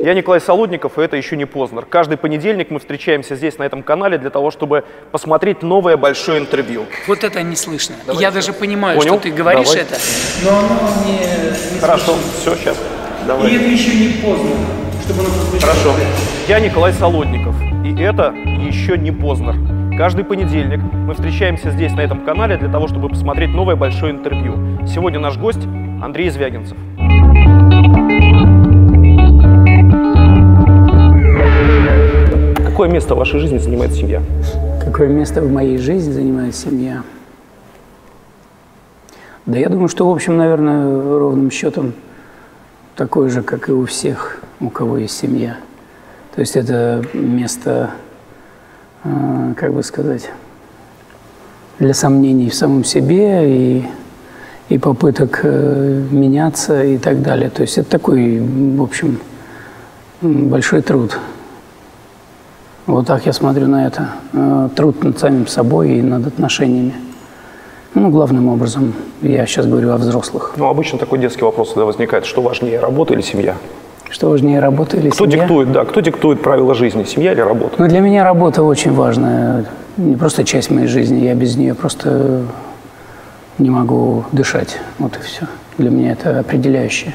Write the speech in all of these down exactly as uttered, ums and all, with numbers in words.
Я Николай Солодников, и это еще не Познер. Каждый понедельник мы встречаемся здесь, на этом канале, для того, чтобы посмотреть новое большое интервью. Вот это не слышно. Давай. Я даже понимаю, Понял? что ты говоришь Давай. это, но оно не, не Хорошо, слышно. все, сейчас. Давай. И это еще не Познер, чтобы оно прозвучало. Хорошо. Я Николай Солодников, и это еще не Познер. Каждый понедельник мы встречаемся здесь, на этом канале, для того, чтобы посмотреть новое большое интервью. Сегодня наш гость Андрей Звягинцев. Какое место в вашей жизни занимает семья? Какое место в моей жизни занимает семья? Да я думаю, что, в общем, наверное, ровным счетом такое же, как и у всех, у кого есть семья. То есть это место, как бы сказать, для сомнений в самом себе и, и попыток меняться и так далее. То есть это такой, в общем, большой труд. Вот так я смотрю на это. Труд над самим собой и над отношениями. Ну, главным образом, я сейчас говорю о взрослых. Ну, обычно такой детский вопрос всегда возникает. Что важнее, работа или семья? Что важнее, работа или кто семья? Диктует, да, кто диктует правила жизни, семья или работа? Ну, для меня работа очень важная. Не просто часть моей жизни. Я без нее просто не могу дышать. Вот и все. Для меня это определяющая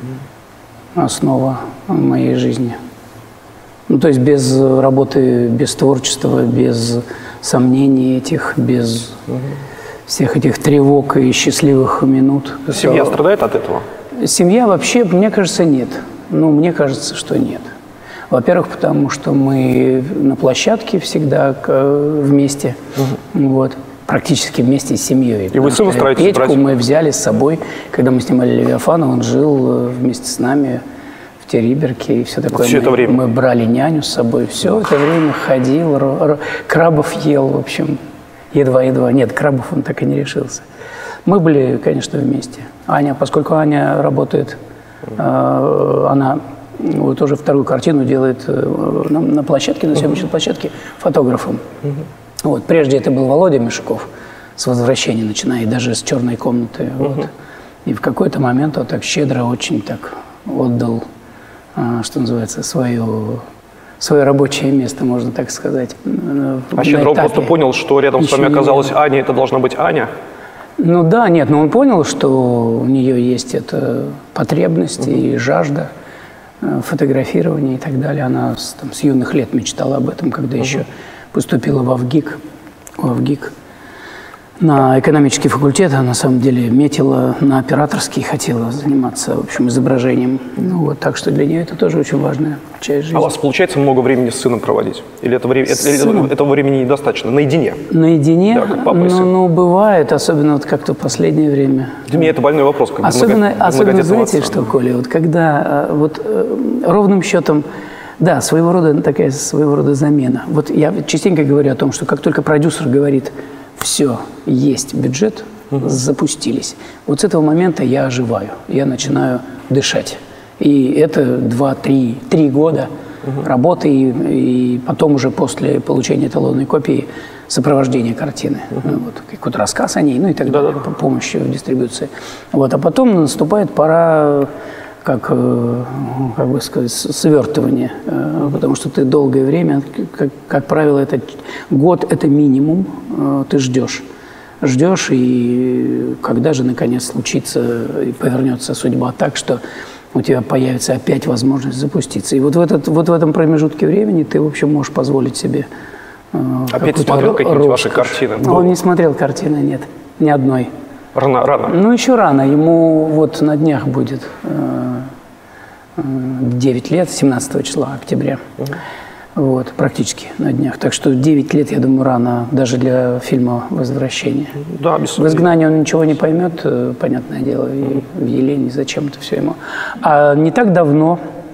основа моей жизни. Ну, то есть без работы, без творчества, без сомнений этих, без угу. всех этих тревог и счастливых минут. Семья то... страдает от этого? Семья вообще, мне кажется, нет. Ну, мне кажется, что нет. Во-первых, потому что мы на площадке всегда вместе, угу. вот, практически вместе с семьей. И вы сына стараетесь Петьку брать? Мы взяли с собой, когда мы снимали «Левиафана», он жил вместе с нами в Териберке и все такое. Все мы, это время? Мы брали няню с собой, все это время ходил, р- р- крабов ел, в общем, едва-едва. Нет, крабов он так и не решился. Мы были, конечно, вместе. Аня, поскольку Аня работает, э, она вот тоже вторую картину делает э, на, на площадке, на съемочной площадке, фотографом. Вот. Прежде это был Володя Мишуков с «Возвращения», начиная даже с «Черной комнаты». Вот. И в какой-то момент он так щедро очень так отдал, что называется, свое, свое рабочее место, можно так сказать. А щедро просто понял, что рядом с вами оказалась Аня, это должна быть Аня? Ну да, нет, но он понял, что у нее есть эта потребность угу. и жажда фотографирования и так далее. Она с, там, с юных лет мечтала об этом, когда угу. еще поступила в АВГИК, в АВГИК. На экономический факультет, а на самом деле метила на операторский, хотела заниматься, в общем, изображением. Ну, вот, так что для нее это тоже очень важная часть жизни. А у вас получается много времени с сыном проводить? Или это время, это, или этого времени недостаточно? Наедине? Наедине? Да, как папа и сын. Ну, ну, бывает, особенно вот как-то в последнее время. Для меня это больной вопрос. Как особенно, много, особенно знаете что, Коля, вот когда вот ровным счетом, да, своего рода такая своего рода замена. Вот я частенько говорю о том, что как только продюсер говорит: все, есть бюджет, угу. запустились. Вот с этого момента я оживаю, я начинаю дышать. И это два-три три года угу. работы, и, и потом уже после получения эталонной копии сопровождение картины. Угу. Вот, какой-то рассказ о ней, ну и так далее, по помощи в дистрибуции. Вот, а потом наступает пора, как, как бы сказать, свертывание, потому что ты долгое время, как, как правило, это год, это минимум, ты ждешь. Ждешь, и когда же, наконец, случится и повернется судьба так, что у тебя появится опять возможность запуститься. И вот в, этот, вот в этом промежутке времени ты, в общем, можешь позволить себе опять смотрел какие-нибудь ваши картины? Он не смотрел картины, нет, ни одной. Рано, рано. Ну, еще рано. Ему вот на днях будет э, э, девять лет, семнадцатого числа октября. Угу. Вот, практически на днях. Так что девять лет, я думаю, рано даже для фильма «Возвращение». Да, без сомнения. В «Изгнании» он ничего не поймет, понятное дело, и угу. в «Елене» зачем это все ему. А не так давно,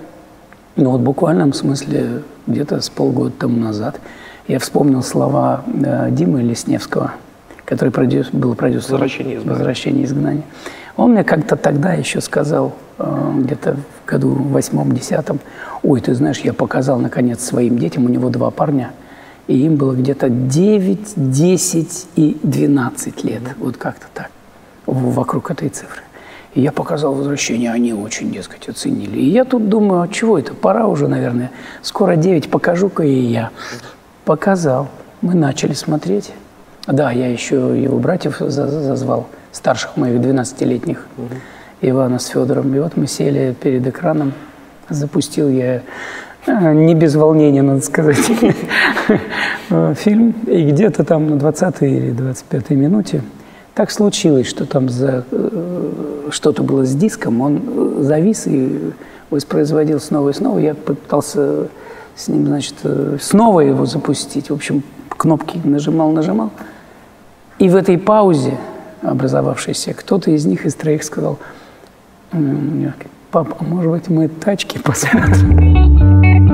ну вот в буквальном смысле, где-то с полгода тому назад, я вспомнил слова э, Димы Лесневского, который продюс, был продюсером «Возвращение, «Возвращение изгнания». Он мне как-то тогда еще сказал, э, где-то в году восьмом-десятом: ой, ты знаешь, я показал, наконец, своим детям, у него два парня, и им было где-то девять, десять и двенадцать лет, вот как-то так, вокруг этой цифры. И я показал «Возвращение», они очень, дескать, оценили. И я тут думаю, а чего это, пора уже, наверное, скоро девять, покажу-ка и я. Показал. Мы начали смотреть. Да, я еще его братьев зазвал, старших моих, двенадцатилетних, угу. Ивана с Федором. И вот мы сели перед экраном, запустил я, не без волнения, надо сказать, фильм. И где-то там на двадцатой или двадцать пятой минуте так случилось, что там за, что-то было с диском, он завис и воспроизводил снова и снова. Я попытался с ним, значит, снова его запустить. В общем, кнопки нажимал, нажимал. И в этой паузе образовавшейся кто-то из них, из троих, сказал: «Пап, а может быть, мы «Тачки» посмотрим?»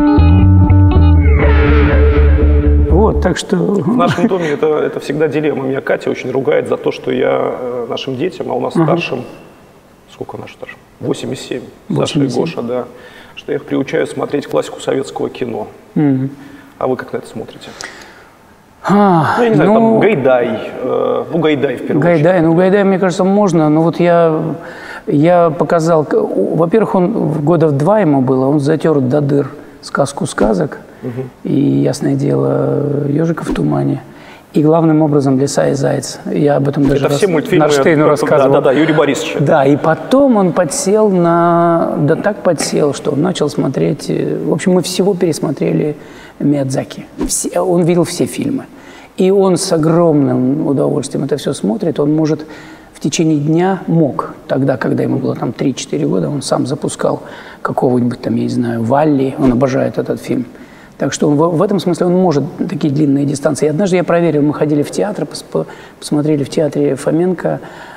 Вот, так что... В нашем доме это, это всегда дилемма. Меня Катя очень ругает за то, что я нашим детям, а у нас uh-huh. старшим, сколько наш старшим? восемь и семь. Саша и Гоша, да. Что я их приучаю смотреть классику советского кино. Uh-huh. А вы как на это смотрите? А, ну, я не знаю, ну, там Гайдай, э, ну, Гайдай в первую Гайдай, очередь. Ну, Гайдай, мне кажется, можно, но вот я, я показал, во-первых, он года в два ему было, он затер до дыр «Сказку сказок», угу. И, ясное дело, «Ежика в тумане», и главным образом «Лиса и заяц». Я об этом даже Это все мультфильмы Нарштейну рассказывал. Да, да, да, Юрий Борисович. Да, и потом он подсел на... Да так подсел, что он начал смотреть... В общем, мы всего пересмотрели Миядзаки. Все, он видел все фильмы. И он с огромным удовольствием это все смотрит. Он может в течение дня, мог, тогда, когда ему было там три-четыре года, он сам запускал какого-нибудь там, я не знаю, Валли. Он обожает этот фильм. Так что он, в, в этом смысле он может такие длинные дистанции. И однажды я проверил, мы ходили в театр, пос, посмотрели в театре Фоменко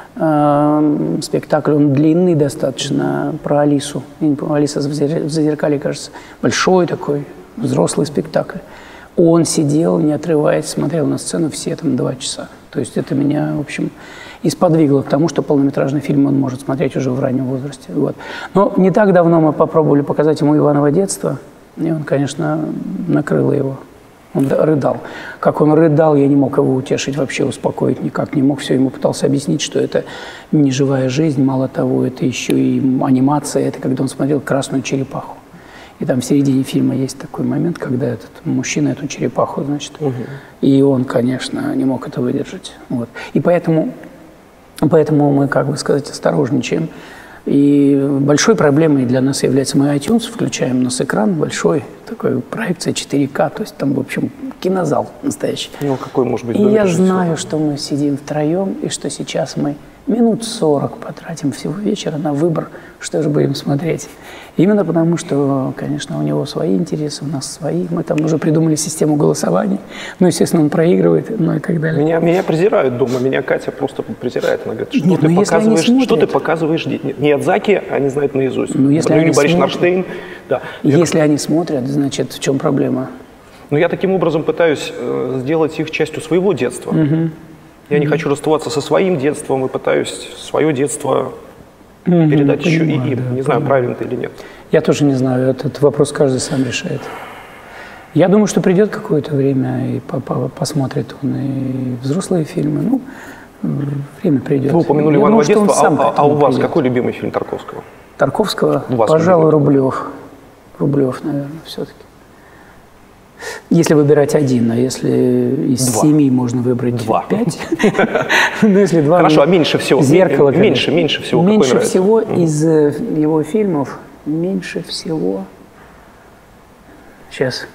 э, спектакль, он длинный достаточно, про Алису. Я не помню, Алиса в зазеркалье, кажется. Большой такой, взрослый спектакль. Он сидел, не отрываясь, смотрел на сцену все там два часа. То есть это меня, в общем, и сподвигло к тому, что полнометражный фильм он может смотреть уже в раннем возрасте. Вот. Но не так давно мы попробовали показать ему «Иваново детство», и он, конечно, накрыло его. Он рыдал. Как он рыдал, я не мог его утешить, вообще успокоить никак не мог. Все ему пытался объяснить, что это не живая жизнь, мало того, это еще и анимация. Это когда он смотрел «Красную черепаху». И там в середине фильма есть такой момент, когда этот мужчина эту черепаху, значит, угу. И он, конечно, не мог это выдержать. Вот. И поэтому, поэтому мы, как бы сказать, осторожничаем. И большой проблемой для нас является мы iTunes, включаем у нас экран большой, такой проекция четыре ка, то есть там, в общем, кинозал настоящий. Ну, какой может быть? И я знаю, что мы сидим втроем, и что сейчас мы минут сорок потратим всего вечера на выбор, что же будем смотреть. Именно потому, что, конечно, у него свои интересы, у нас свои. Мы там уже придумали систему голосования. Ну, естественно, он проигрывает, ну и так далее. Меня, меня презирают дома, меня Катя просто презирает. Она говорит, что, Нет, ты, ну, показываешь, смотрят, что ты показываешь детям? Миядзаки, они знают наизусть. Ну, если Юрий они Борисович смотрят, Нарштейн. Да. Если они смотрят, значит, в чем проблема? Ну, я таким образом пытаюсь э, сделать их частью своего детства. Угу. Я mm-hmm. не хочу расставаться со своим детством и пытаюсь свое детство mm-hmm. передать Понимаю, еще и им. Да, не знаю, понимаю. Правильно это или нет. Я тоже не знаю. Этот вопрос каждый сам решает. Я думаю, что придет какое-то время, и посмотрит он и взрослые фильмы. Ну, время придет. Вы упомянули «Иваново детство», а, а у вас придет. Какой любимый фильм Тарковского? Тарковского? Пожалуй, Рублев. Рублев, наверное, все-таки. Если выбирать один, а если из два. Семи можно выбрать два. Пять. Ну, если два. Хорошо, а меньше всего? Зеркало. Меньше, меньше всего. Меньше всего из его фильмов, меньше всего. Сейчас.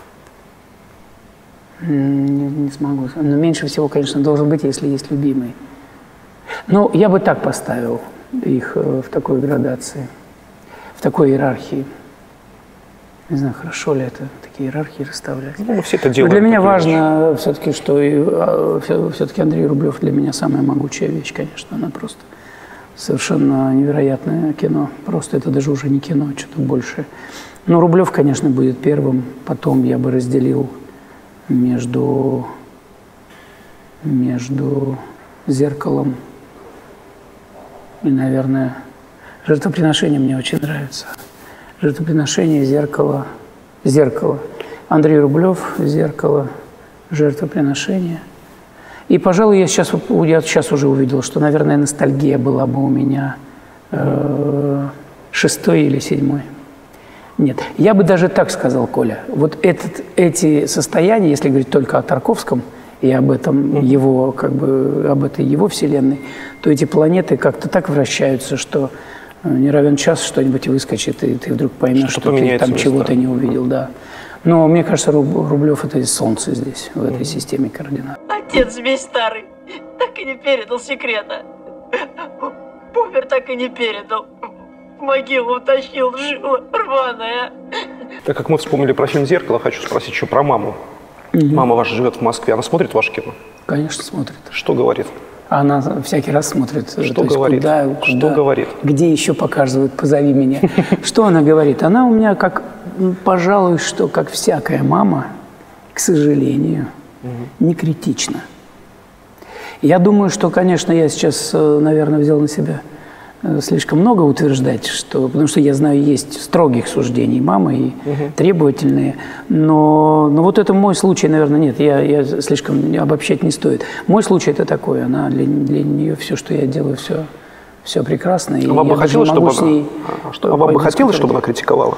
Не смогу. Но меньше всего, конечно, должен быть, если есть любимый. Но я бы так поставил их в такой градации, в такой иерархии. Не знаю, хорошо ли это, такие иерархии расставлять. Ну, все это делаем. Но для меня важно все-таки, что все-таки Андрей Рублев для меня самая могучая вещь, конечно. Она просто совершенно невероятное кино. Просто это даже уже не кино, а что-то большее. Но Рублев, конечно, будет первым. Потом я бы разделил между, между «Зеркалом» и, наверное, «Жертвоприношение» мне очень нравится. «Жертвоприношение», «Зеркало», «Зеркало». Андрей Рублев, «Зеркало», «Жертвоприношение». И, пожалуй, я сейчас, я сейчас уже увидел, что, наверное, «Ностальгия» была бы у меня э, шестой или седьмой. Нет, я бы даже так сказал, Коля. Вот этот, эти состояния, если говорить только о Тарковском и об этом mm-hmm. его, как бы, об этой его вселенной, то эти планеты как-то так вращаются, что не равен час что-нибудь выскочит, и ты вдруг поймешь, что, что ты там чего-то не увидел, да. Но мне кажется, Рублев – это солнце здесь, в этой mm-hmm. системе координат. Отец весь старый, так и не передал секрета. Помер, так и не передал. В могилу утащил, жила рваная. Так как мы вспомнили про фильм «Зеркало», хочу спросить еще про маму. Угу. Мама ваша живет в Москве, она смотрит ваше кино? Конечно, смотрит. Что говорит? Она всякий раз смотрит. Что говорит? Куда, куда, Что говорит? Где еще показывают «Позови меня». Что она говорит? Она у меня, как, пожалуй, что как всякая мама, к сожалению, не критична. Я думаю, что, конечно, я сейчас, наверное, взял на себя слишком много утверждать, что, потому что я знаю, есть строгих суждений мамы и угу. требовательные, но, но вот это мой случай, наверное, нет, я, я слишком обобщать не стоит. Мой случай это такой, она для, для нее все, что я делаю, все, все прекрасно. А вам бы хотелось, чтобы она, а вам бы хотелось, чтобы она критиковала?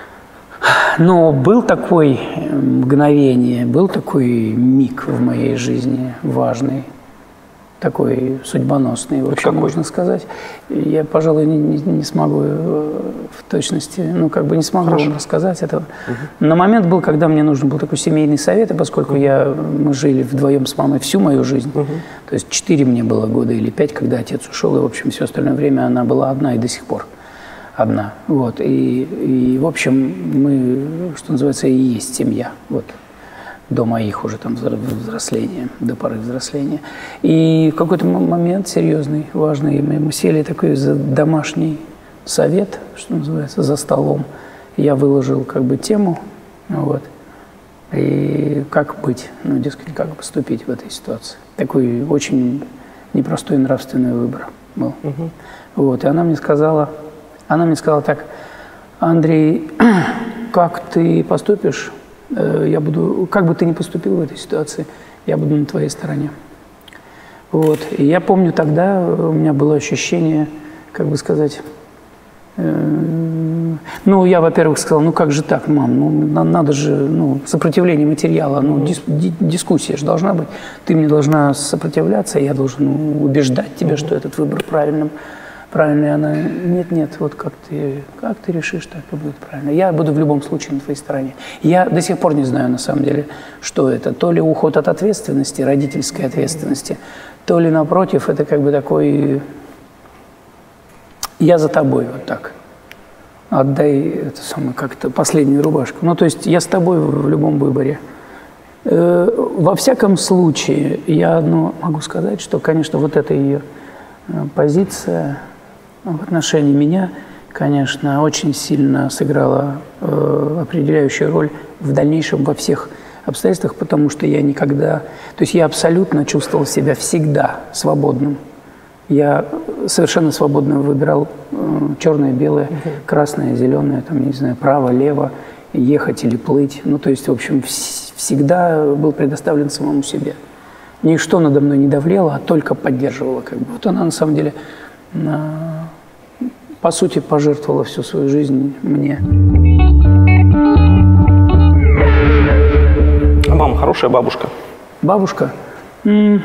Но был такой мгновение, был такой миг в моей жизни важный, такой судьбоносный, в общем, можно сказать. Я, пожалуй, не, не, не смогу в точности, ну, как бы не смогу Хорошо. вам рассказать этого. Угу. Но момент был, когда мне нужен был такой семейный совет, и поскольку угу. я, мы жили вдвоем с мамой всю мою жизнь, угу. то есть четыре мне было года или пять, когда отец ушел, и, в общем, все остальное время она была одна и до сих пор одна. Вот. И, и в общем, мы, что называется, и есть семья. Вот. До моих уже там взросления, до поры взросления. И в какой-то момент серьезный, важный, мы сели такой за домашний совет, что называется, за столом. Я выложил как бы тему, вот, и как быть, ну, дескать, как поступить в этой ситуации. Такой очень непростой нравственный выбор был. Угу. Вот, и она мне сказала, она мне сказала так: Андрей, как ты поступишь? Я буду, как бы ты ни поступил в этой ситуации, я буду на твоей стороне. Вот. И я помню, тогда у меня было ощущение, как бы сказать, э, ну, я, во-первых, сказал, ну, как же так, мам, ну, надо же, ну, сопротивление материала, ну, дис, ди, дискуссия же должна быть. Ты мне должна сопротивляться, я должен ну, убеждать тебя, что этот выбор правильным. Правильно, и она, нет, нет, вот как ты, как ты решишь, так и будет правильно. Я буду в любом случае на твоей стороне. Я до сих пор не знаю, на самом деле, что это. То ли уход от ответственности, родительской ответственности, то ли, напротив, это как бы такой, я за тобой, вот так. Отдай это самое, как-то последнюю рубашку. Ну, то есть я с тобой в любом выборе. Во всяком случае, я одно могу сказать, что, конечно, вот эта ее позиция в отношении меня, конечно, очень сильно сыграла э, определяющую роль в дальнейшем во всех обстоятельствах, потому что я никогда, то есть я абсолютно чувствовал себя всегда свободным. Я совершенно свободно выбирал э, черное, белое, uh-huh. красное, зеленое, там, не знаю, право, лево, ехать или плыть. Ну, то есть, в общем, вс- всегда был предоставлен самому себе. Ничто надо мной не давлело, а только поддерживало. Как бы. Вот она, на самом деле, на, по сути, пожертвовала всю свою жизнь мне. А мама хорошая бабушка? Бабушка? М-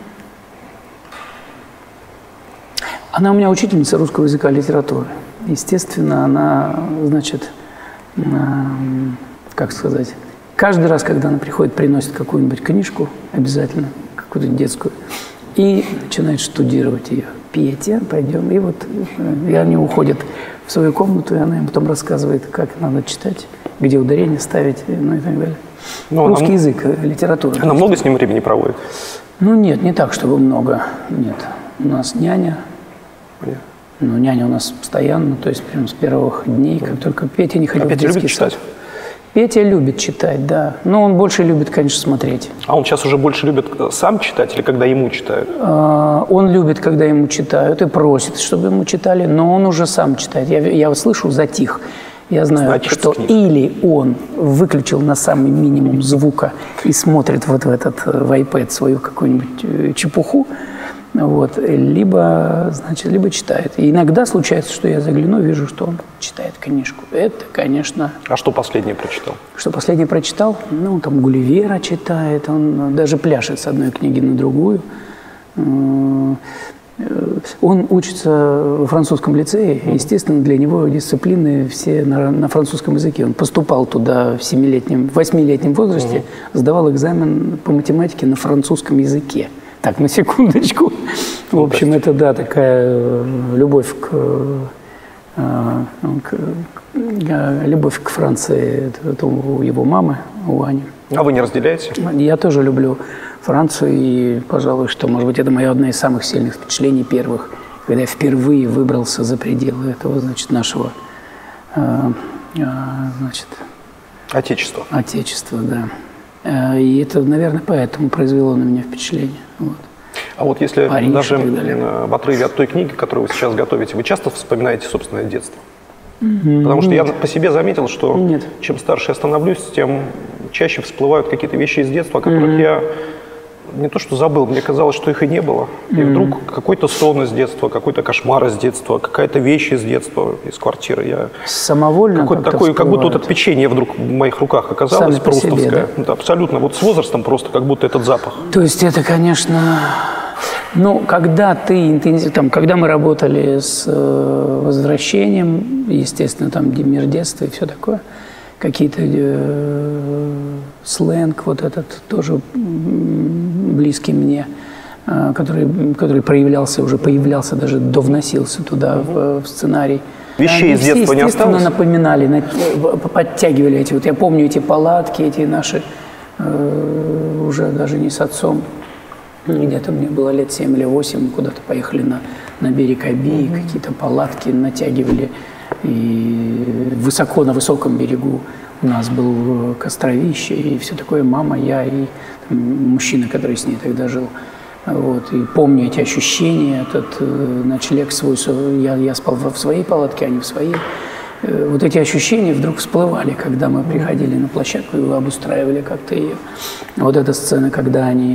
она у меня учительница русского языка и литературы. Естественно, она, значит, э- как сказать... Каждый раз, когда она приходит, приносит какую-нибудь книжку, обязательно, какую-то детскую, и начинает штудировать ее. Петя, пойдем. И вот и они уходят в свою комнату, и она им потом рассказывает, как надо читать, где ударение ставить, ну и так далее. Но Русский она, язык, литература. Она много с ним времени проводит? Ну нет, не так, чтобы много. Нет. У нас няня. Нет. Ну, няня у нас постоянно, то есть прям с первых дней, как только Петя не ходил а в детский любит читать? сад. Петя любит читать, да. Но он больше любит, конечно, смотреть. А он сейчас уже больше любит сам читать или когда ему читают? А, он любит, когда ему читают, и просит, чтобы ему читали, но он уже сам читает. Я, я вот слышу, затих. Я знаю, Значит, что книг. Или он выключил на самый минимум звука и смотрит вот в этот, в iPad свою какую-нибудь чепуху, Вот. Либо, значит, либо читает. И иногда случается, что я загляну, вижу, что он читает книжку. Это, конечно... А что последнее прочитал? Что последнее прочитал? Ну, там Гулливера читает, он даже пляшет с одной книги на другую. Он учится в французском лицее, естественно, для него дисциплины все на, на французском языке. Он поступал туда в семилетнем, в восьмилетнем возрасте, угу. сдавал экзамен по математике на французском языке. Так, на секундочку. В общем, это, да, такая любовь к, к, любовь к Франции, это у его мамы, у Ани. А вы не разделяете? Я тоже люблю Францию, и, пожалуй, что, может быть, это мое одно из самых сильных впечатлений первых, когда я впервые выбрался за пределы этого, значит, нашего, э, э, значит... Отечества. Отечества, да. Э, и это, наверное, поэтому произвело на меня впечатление. Вот. А вот если Париж, даже в отрыве от той книги, которую вы сейчас готовите, вы часто вспоминаете собственное детство? Mm-hmm. Потому что Нет. я по себе заметил, что Нет. чем старше я становлюсь, тем чаще всплывают какие-то вещи из детства, о которых mm-hmm. я не то что забыл, мне казалось, что их и не было. Mm-hmm. И вдруг какой-то сон из детства, какой-то кошмар из детства, какая-то вещь из детства, из квартиры. Я... Самовольно как-то такой, как будто вот это печенье вдруг в моих руках оказалось, Сами прустовское. Себе, да? Да, абсолютно. Вот с возрастом просто как будто этот запах. То есть это, конечно... Ну, когда ты интенсив, там, когда мы работали с э, возвращением, естественно, там мир детства и все такое, какие-то э, сленг вот этот тоже близкий мне, э, который, который проявлялся, уже появлялся, даже довносился туда в, в сценарий. Вещей из детства не осталось? Естественно, напоминали, на, подтягивали эти, вот я помню эти палатки, эти наши, э, уже даже не с отцом. Где-то мне было лет семь или восемь, мы куда-то поехали на, на берег Оби, mm-hmm. какие-то палатки натягивали. И высоко, на высоком берегу у нас был костровище, и все такое, мама, я и там, мужчина, который с ней тогда жил. Вот. И помню эти ощущения, этот э, ночлег свой, я, я спал в своей палатке, а не в своей. Э, вот эти ощущения вдруг всплывали, когда мы приходили на площадку и обустраивали как-то ее. Вот эта сцена, когда они...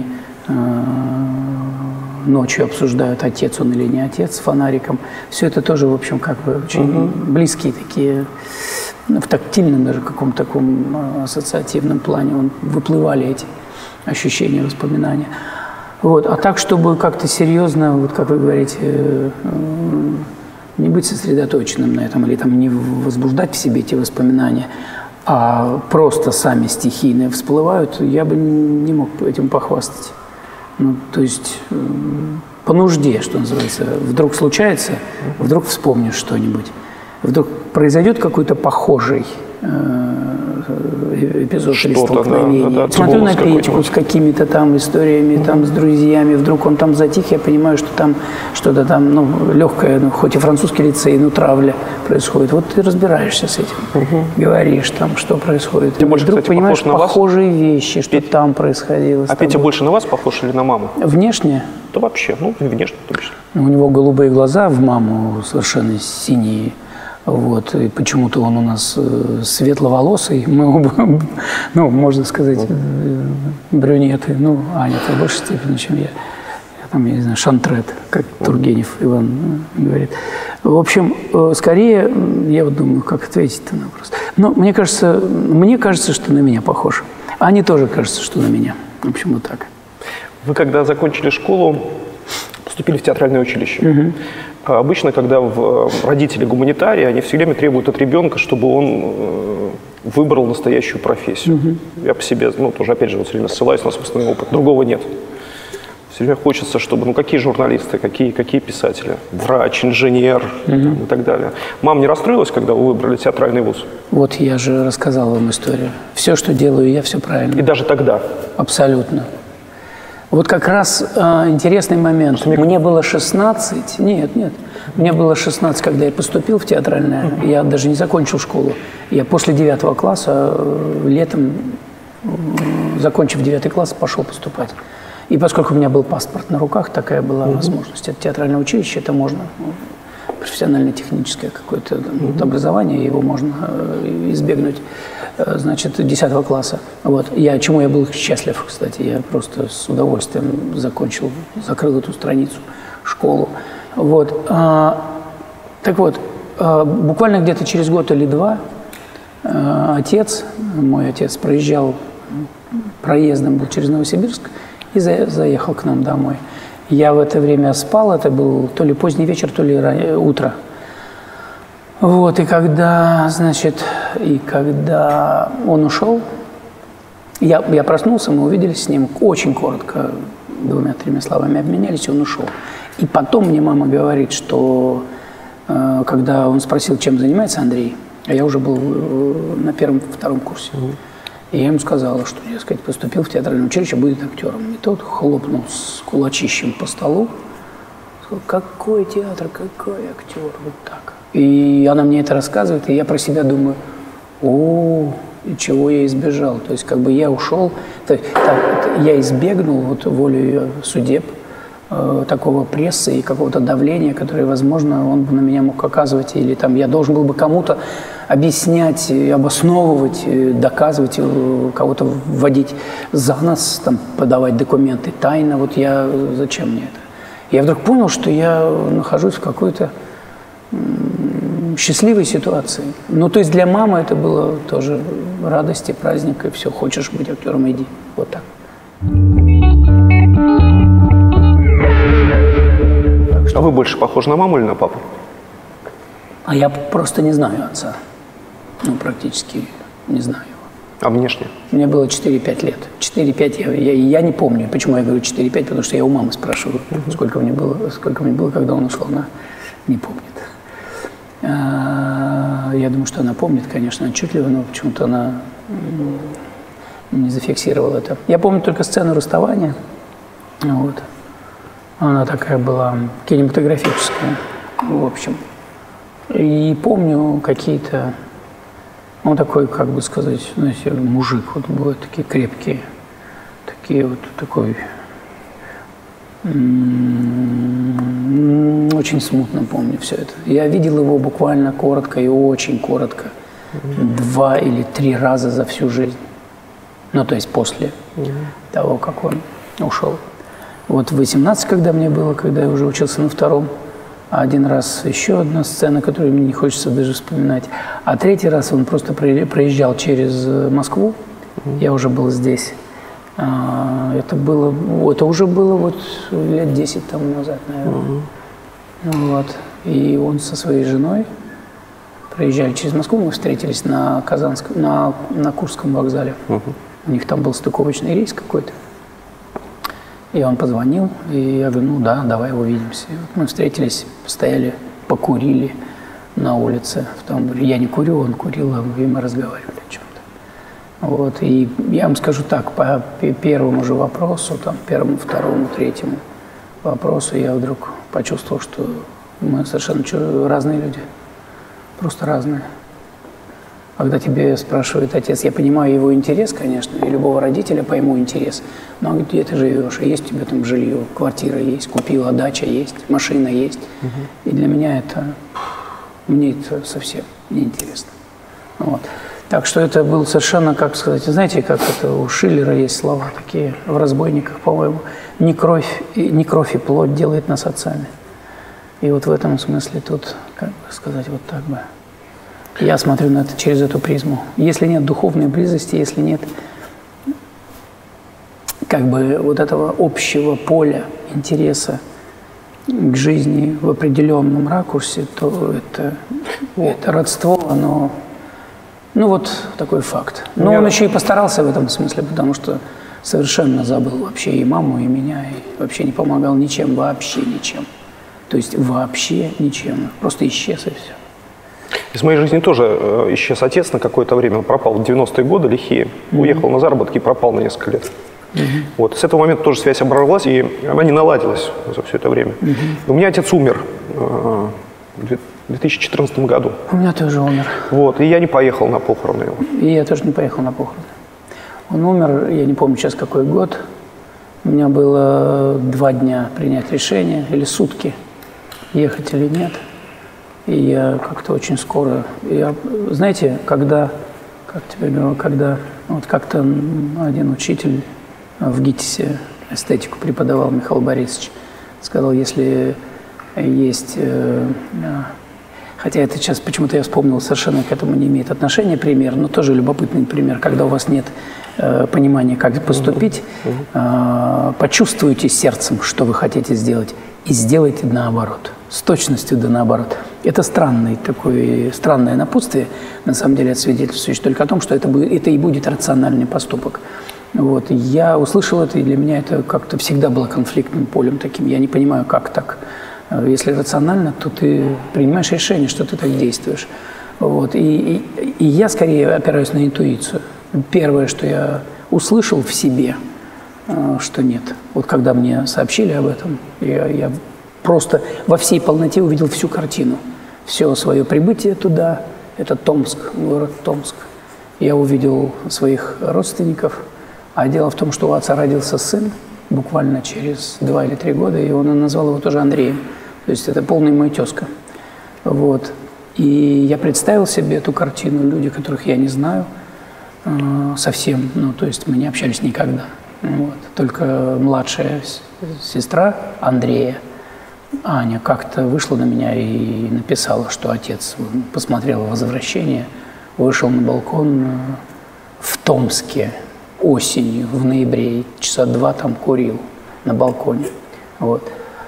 ночью обсуждают, отец он или не отец, с фонариком. Все это тоже, в общем, как бы очень угу. близкие такие, в тактильном даже каком-то таком ассоциативном плане он, выплывали эти ощущения, воспоминания. Вот. А так, чтобы как-то серьезно, вот как вы говорите, не быть сосредоточенным на этом или там не возбуждать в себе эти воспоминания, а просто сами стихийно всплывают, я бы не мог этим похвастать. Ну, то есть э, по нужде, что называется. Вдруг случается, вдруг вспомнишь что-нибудь. Вдруг произойдет какой-то похожий э, эпизод или столкновение. Да, да, да, смотрю на Петьку с какими-то там историями, mm-hmm. там, с друзьями. Вдруг он там затих, я понимаю, что там что-то там, ну, легкое, ну, хоть и французский лицей, но травля происходит. Вот ты разбираешься с этим, mm-hmm. говоришь там, что происходит. Ты больше, вдруг кстати, понимаешь похож на похожие вас? вещи, что Петя... там происходило. А Петя больше на вас похож или на маму? Внешне? Да вообще, ну, внешне точно. У него голубые глаза, в маму совершенно синие. Вот, и почему-то он у нас э, светловолосый, мы оба, ну, можно сказать, э, брюнеты, ну, Аня-то в большей степени, чем я. Я там, я не знаю, шантрет, как Тургенев Иван э, говорит. В общем, э, скорее, я вот думаю, как ответить на вопрос. Но мне кажется, мне кажется, что на меня похож. Ане тоже кажется, что на меня. В общем, вот так. Вы когда закончили школу, поступили в театральное училище. Угу. Обычно, когда в родители гуманитарии, они все время требуют от ребенка, чтобы он выбрал настоящую профессию. Угу. Я по себе, ну, тоже, опять же, вот все время ссылаюсь на собственный опыт. Другого нет. Все время хочется, чтобы, ну, какие журналисты, какие, какие писатели? Врач, инженер, угу. там, и так далее. Мама не расстроилась, когда вы выбрали театральный вуз? Вот я же рассказал вам историю. Все, что делаю я, все правильно. И даже тогда? Абсолютно. Вот как раз э, интересный момент. Мне... мне было шестнадцать. Нет, нет. Мне было шестнадцать, когда я поступил в театральное. Uh-huh. Я даже не закончил школу. Я после девятого класса, э, летом, э, закончив девятый класс, пошел поступать. И поскольку у меня был паспорт на руках, такая была uh-huh. возможность. Это театральное училище, это можно. Профессионально-техническое какое-то uh-huh. образование, его можно э, избегнуть значит, десятого класса. Вот. Я, чему я был счастлив, кстати. Я просто с удовольствием закончил, закрыл эту страницу, школу. Вот. А, так вот, а, буквально где-то через год или два а, отец, мой отец, проезжал проездом, был через Новосибирск и за, заехал к нам домой. Я в это время спал, это был то ли поздний вечер, то ли раннее утро. Вот, и когда, значит, и когда он ушел, я, я проснулся, мы увиделись с ним, очень коротко, двумя-тремя словами обменялись, и он ушел. И потом мне мама говорит, что э, когда он спросил, чем занимается Андрей, а я уже был э, на первом-втором курсе, и я ему сказала, что, я сказать, поступил в театральное училище, будет актером. И тот хлопнул с кулачищем по столу, сказал, какой театр, какой актер, вот так. И она мне это рассказывает, и я про себя думаю, о, чего я избежал. То есть как бы я ушел, то, так, я избегнул вот волей судеб э, такого прессы и какого-то давления, которое, возможно, он бы на меня мог оказывать, или там я должен был бы кому-то объяснять, обосновывать, доказывать, кого-то вводить за нос, там, подавать документы тайно. Вот я, зачем мне это? Я вдруг понял, что я нахожусь в какой-то счастливой ситуации. Ну, то есть для мамы это было тоже радость и праздник, и все, хочешь быть актером, иди. Вот так. А вы больше похожи на маму или на папу? А я просто не знаю отца. Ну, практически не знаю его. А внешне? Мне было четыре-пять лет. четыре-пять я, я, я не помню. Почему я говорю четыре-пять? Потому что я у мамы спрашиваю, uh-huh. сколько мне было, сколько мне было, когда он ушел. Она не помнит. А, я думаю, что она помнит, конечно, отчетливо, но почему-то она не зафиксировала это. Я помню только сцену расставания. Вот. Она такая была кинематографическая, в общем. И помню какие-то... Он такой, как бы сказать, знаете, мужик, вот бывают такие крепкие, такие вот, такой, м-м, очень смутно помню все это. Я видел его буквально коротко и очень коротко, mm-hmm. два или три раза за всю жизнь. Ну, то есть после mm-hmm. того, как он ушел. Вот в восемнадцать, когда мне было, когда я уже учился на втором, один раз еще одна сцена, которую мне не хочется даже вспоминать. А третий раз он просто проезжал через Москву. Mm-hmm. Я уже был здесь. Это было, это уже было вот лет десять тому назад, наверное. Mm-hmm. Вот. И он со своей женой проезжали через Москву. Мы встретились на Казанском, на, на Курском вокзале. Mm-hmm. У них там был стыковочный рейс какой-то. И он позвонил, и я говорю, ну да, давай увидимся. И вот мы встретились, постояли, покурили на улице в тамбуре. Я не курю, он курил, и мы разговаривали о чем-то. Вот, и я вам скажу так, по первому же вопросу, там, первому, второму, третьему вопросу я вдруг почувствовал, что мы совершенно разные люди, просто разные. Когда тебе спрашивает отец, я понимаю его интерес, конечно, и любого родителя пойму интерес, но он говорит, где ты живешь, есть у тебя там жилье, квартира есть, купила, дача есть, машина есть. Uh-huh. И для меня это, мне это совсем неинтересно. Вот. Так что это был совершенно, как сказать, знаете, как это у Шиллера есть слова такие в «Разбойниках», по-моему, не кровь, не кровь и плоть делает нас отцами. И вот в этом смысле тут, как бы сказать, вот так бы. Я смотрю на это через эту призму. Если нет духовной близости, если нет как бы вот этого общего поля интереса к жизни в определенном ракурсе, то это, это родство, оно, ну вот такой факт. Но он еще и постарался в этом смысле, потому что совершенно забыл вообще и маму, и меня, и вообще не помогал ничем, вообще ничем. То есть вообще ничем, просто исчез и все. Из моей жизни тоже э, исчез отец на какое-то время. Он пропал в девяностые годы, лихие. Mm-hmm. Уехал на заработки и пропал на несколько лет. Mm-hmm. Вот. С этого момента тоже связь оборвалась, и она не наладилась за все это время. Mm-hmm. У меня отец умер э, в две тысячи четырнадцатом году. У меня тоже умер. Вот. И я не поехал на похороны его. И я тоже не поехал на похороны. Он умер, я не помню сейчас какой год. У меня было два дня принять решение, или сутки, ехать или нет. И я как-то очень скоро... Я, знаете, когда, как тебе говорю, когда вот как-то один учитель в ГИТИСе эстетику преподавал, Михаил Борисович, сказал, если есть, хотя это сейчас почему-то я вспомнил, совершенно к этому не имеет отношения пример, но тоже любопытный пример, когда у вас нет понимания, как поступить, uh-huh. почувствуйте сердцем, что вы хотите сделать, и сделайте наоборот, с точностью да наоборот. Это странный такой, странное напутствие, на самом деле это свидетельствует только о том, что это, это и будет рациональный поступок. Вот. Я услышал это, и для меня это как-то всегда было конфликтным полем таким. Я не понимаю, как так. Если рационально, то ты принимаешь решение, что ты так действуешь. Вот. И, и, и я скорее опираюсь на интуицию. Первое, что я услышал в себе, что нет. Вот когда мне сообщили об этом, я, я просто во всей полноте увидел всю картину. Все свое прибытие туда, это Томск, город Томск. Я увидел своих родственников. А дело в том, что у отца родился сын буквально через два или три года, и он назвал его тоже Андреем. То есть это полный мой тезка. Вот. И я представил себе эту картину, люди, которых я не знаю э, совсем, ну, то есть мы не общались никогда. Вот. Только младшая сестра Андрея, Аня, как-то вышла на меня и написала, что отец посмотрел «Возвращение», вышел на балкон в Томске осенью, в ноябре, часа два там курил на балконе. Вот.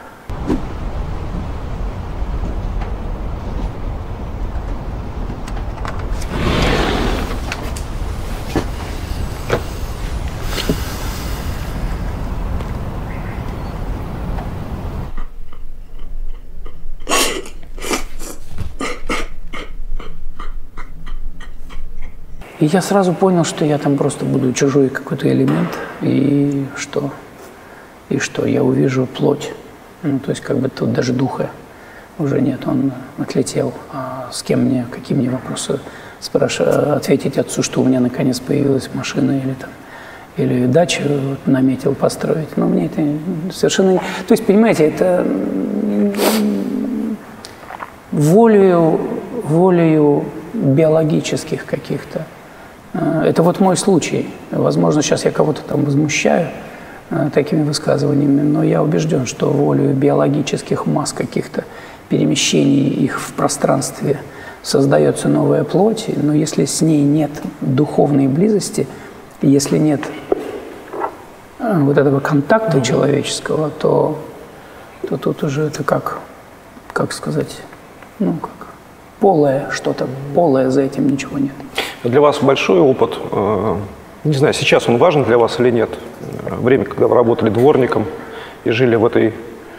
И я сразу понял, что я там просто буду чужой какой-то элемент, и что, и что я увижу плоть. Ну, то есть как бы тут даже духа уже нет, он отлетел. А с кем мне, какие мне вопросы спрашивать, ответить отцу, что у меня наконец появилась машина или там, или дачу вот, наметил построить. Но мне это совершенно... То есть, понимаете, это волею, волею биологических каких-то. Это вот мой случай. Возможно, сейчас я кого-то там возмущаю э, такими высказываниями, но я убежден, что волею биологических масс каких-то перемещений их в пространстве создается новая плоть, но если с ней нет духовной близости, если нет э, вот этого контакта человеческого, то, то тут уже это как, как сказать, ну как полое что-то, полое, за этим ничего нет. Для вас большой опыт, не знаю, сейчас он важен для вас или нет, время, когда вы работали дворником и жили в этой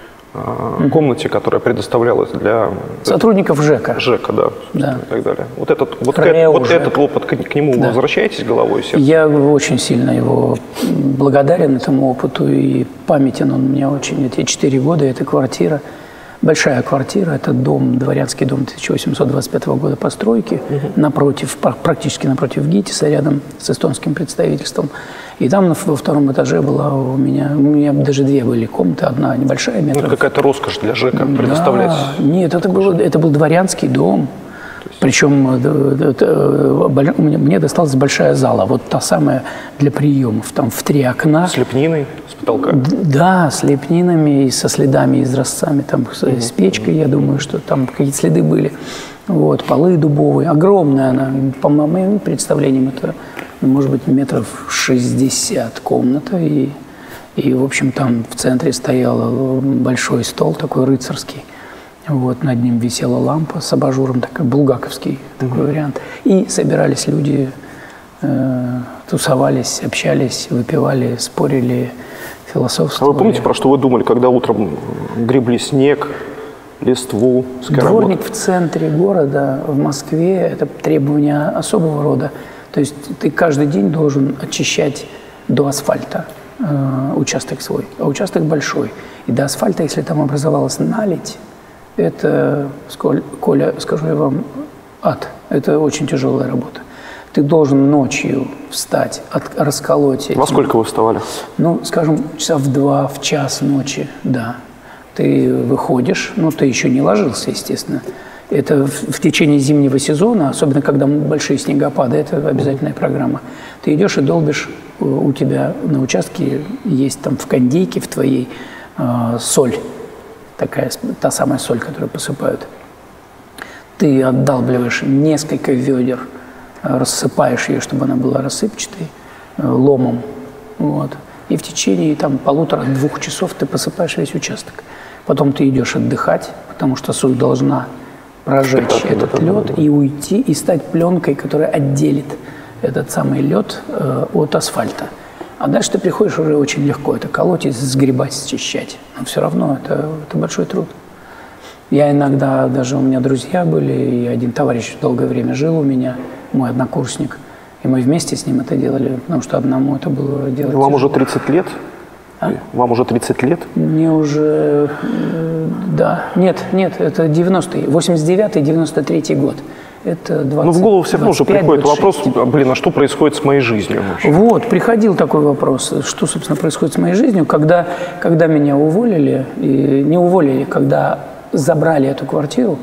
комнате, которая предоставлялась для... Сотрудников ЖЭКа. ЖЭКа, да, да. И так далее. Вот этот, вот к, вот этот опыт, к, к нему да. вы возвращаетесь головой? Сердцем? Я очень сильно его благодарен этому опыту, и памятен он мне очень. Эти четыре года, эта квартира, большая квартира, это дом, дворянский дом тысяча восемьсот двадцать пятого года постройки, угу. напротив, практически напротив ГИТИСа, рядом с эстонским представительством. И там во втором этаже была у меня, у меня даже две были комнаты, одна небольшая, метров. Ну, это какая-то роскошь для ЖЭКа предоставлять. Да, нет, это был, это был дворянский дом. Есть... Причем это, мне досталась большая зала, вот та самая для приемов, там в три окна. С лепниной, с потолка? Да, с лепнинами и со следами, изразцами, там mm-hmm. с печкой, я думаю, что там какие-то следы были. Вот, полы дубовые, огромная она, по моим представлениям, это, может быть, метров шестьдесят комната, и, и, в общем, там в центре стоял большой стол такой рыцарский. Вот, над ним висела лампа с абажуром, такой булгаковский такой mm-hmm. вариант. И собирались люди, э, тусовались, общались, выпивали, спорили, философствовали. А вы помните, про что вы думали, когда утром гребли снег, листву? Дворник в центре города, в Москве, это требование особого рода. То есть ты каждый день должен очищать до асфальта э, участок свой. А участок большой. И до асфальта, если там образовалась наледь, это, Коля, скажу я вам, ад. Это очень тяжелая работа. Ты должен ночью встать, от, расколоть эти... Во сколько вы вставали? Ну, скажем, часа в два, в час ночи, да. Ты выходишь, ну, ты еще не ложился, естественно, Это в, в течение зимнего сезона, особенно когда большие снегопады, это обязательная программа. Ты идешь и долбишь, у тебя на участке есть там в кондейке в твоей э, соль, такая, та самая соль, которую посыпают. Ты отдалбливаешь несколько ведер, рассыпаешь ее, чтобы она была рассыпчатой, э, ломом, вот. И в течение там полутора-двух часов ты посыпаешь весь участок. Потом ты идешь отдыхать, потому что соль должна прожечь этот лед и уйти, и стать пленкой, которая отделит этот самый лед э, от асфальта. А дальше ты приходишь уже очень легко. Это колоть и сгребать, счищать. Но все равно это, это большой труд. Я иногда, даже у меня друзья были, и один товарищ долгое время жил у меня, мой однокурсник. И мы вместе с ним это делали, потому что одному это было делать. Вам уже тридцать лет? А? Вам уже тридцать лет? Мне уже, да, нет, нет, это девяностые, восемьдесят девятый, девяносто третий год. Это двадцать, ну, в голову все равно уже приходит двадцать шесть. Вопрос, блин, а что происходит с моей жизнью? Вот, приходил такой вопрос, что, собственно, происходит с моей жизнью, когда, когда меня уволили, и не уволили, когда забрали эту квартиру,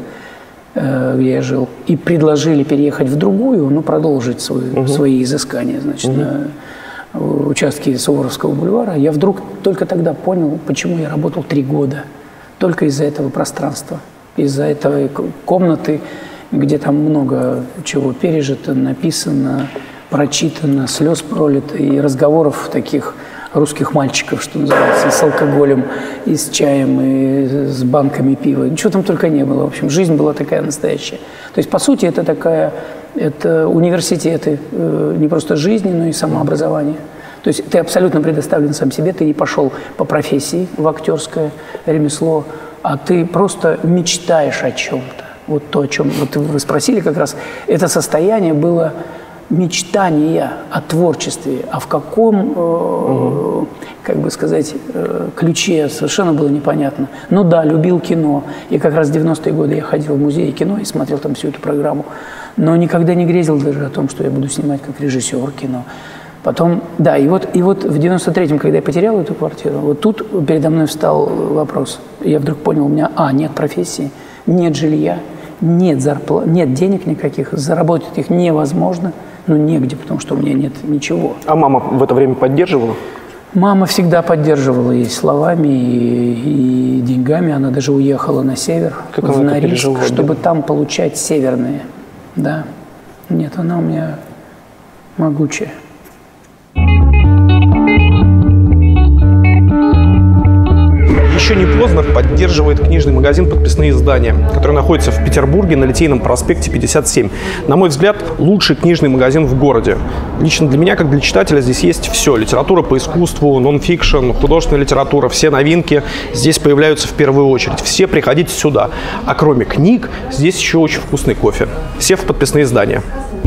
где я жил, и предложили переехать в другую, ну, продолжить свой, угу. свои изыскания, значит, угу. на участке Суворовского бульвара, я вдруг только тогда понял, почему я работал три года. Только из-за этого пространства, из-за этой комнаты, где там много чего пережито, написано, прочитано, слез пролито и разговоров таких русских мальчиков, что называется, с алкоголем, и с чаем, и с банками пива. Ничего там только не было. В общем, жизнь была такая настоящая. То есть, по сути, это такая, это университеты, не просто жизни, но и самообразование. То есть ты абсолютно предоставлен сам себе, ты не пошел по профессии в актерское ремесло, а ты просто мечтаешь о чем-то. Вот то, о чем вот вы спросили как раз, это состояние было мечтания о творчестве, а в каком, э, угу. как бы сказать, э, ключе, совершенно было непонятно. Ну да, любил кино, и как раз в девяностые годы я ходил в музей кино и смотрел там всю эту программу, но никогда не грезил даже о том, что я буду снимать как режиссер кино. Потом, да, и вот, и вот в девяносто третьем, когда я потерял эту квартиру, вот тут передо мной встал вопрос. Я вдруг понял, у меня, а, нет профессии, нет жилья, нет зарплаты, нет денег никаких, заработать их невозможно, ну, негде, потому что у меня нет ничего. А мама в это время поддерживала? Мама всегда поддерживала и словами, и, и деньгами. Она даже уехала на север, как в Норильск, чтобы там получать северные. Да. Нет, она у меня могучая. Еще не поздно поддерживает книжный магазин «Подписные издания», который находится в Петербурге на Литейном проспекте пятьдесят семь. На мой взгляд, лучший книжный магазин в городе. Лично для меня, как для читателя, здесь есть все. Литература по искусству, нон-фикшн, художественная литература, все новинки здесь появляются в первую очередь. Все приходите сюда. А кроме книг, здесь еще очень вкусный кофе. Все в «Подписные издания».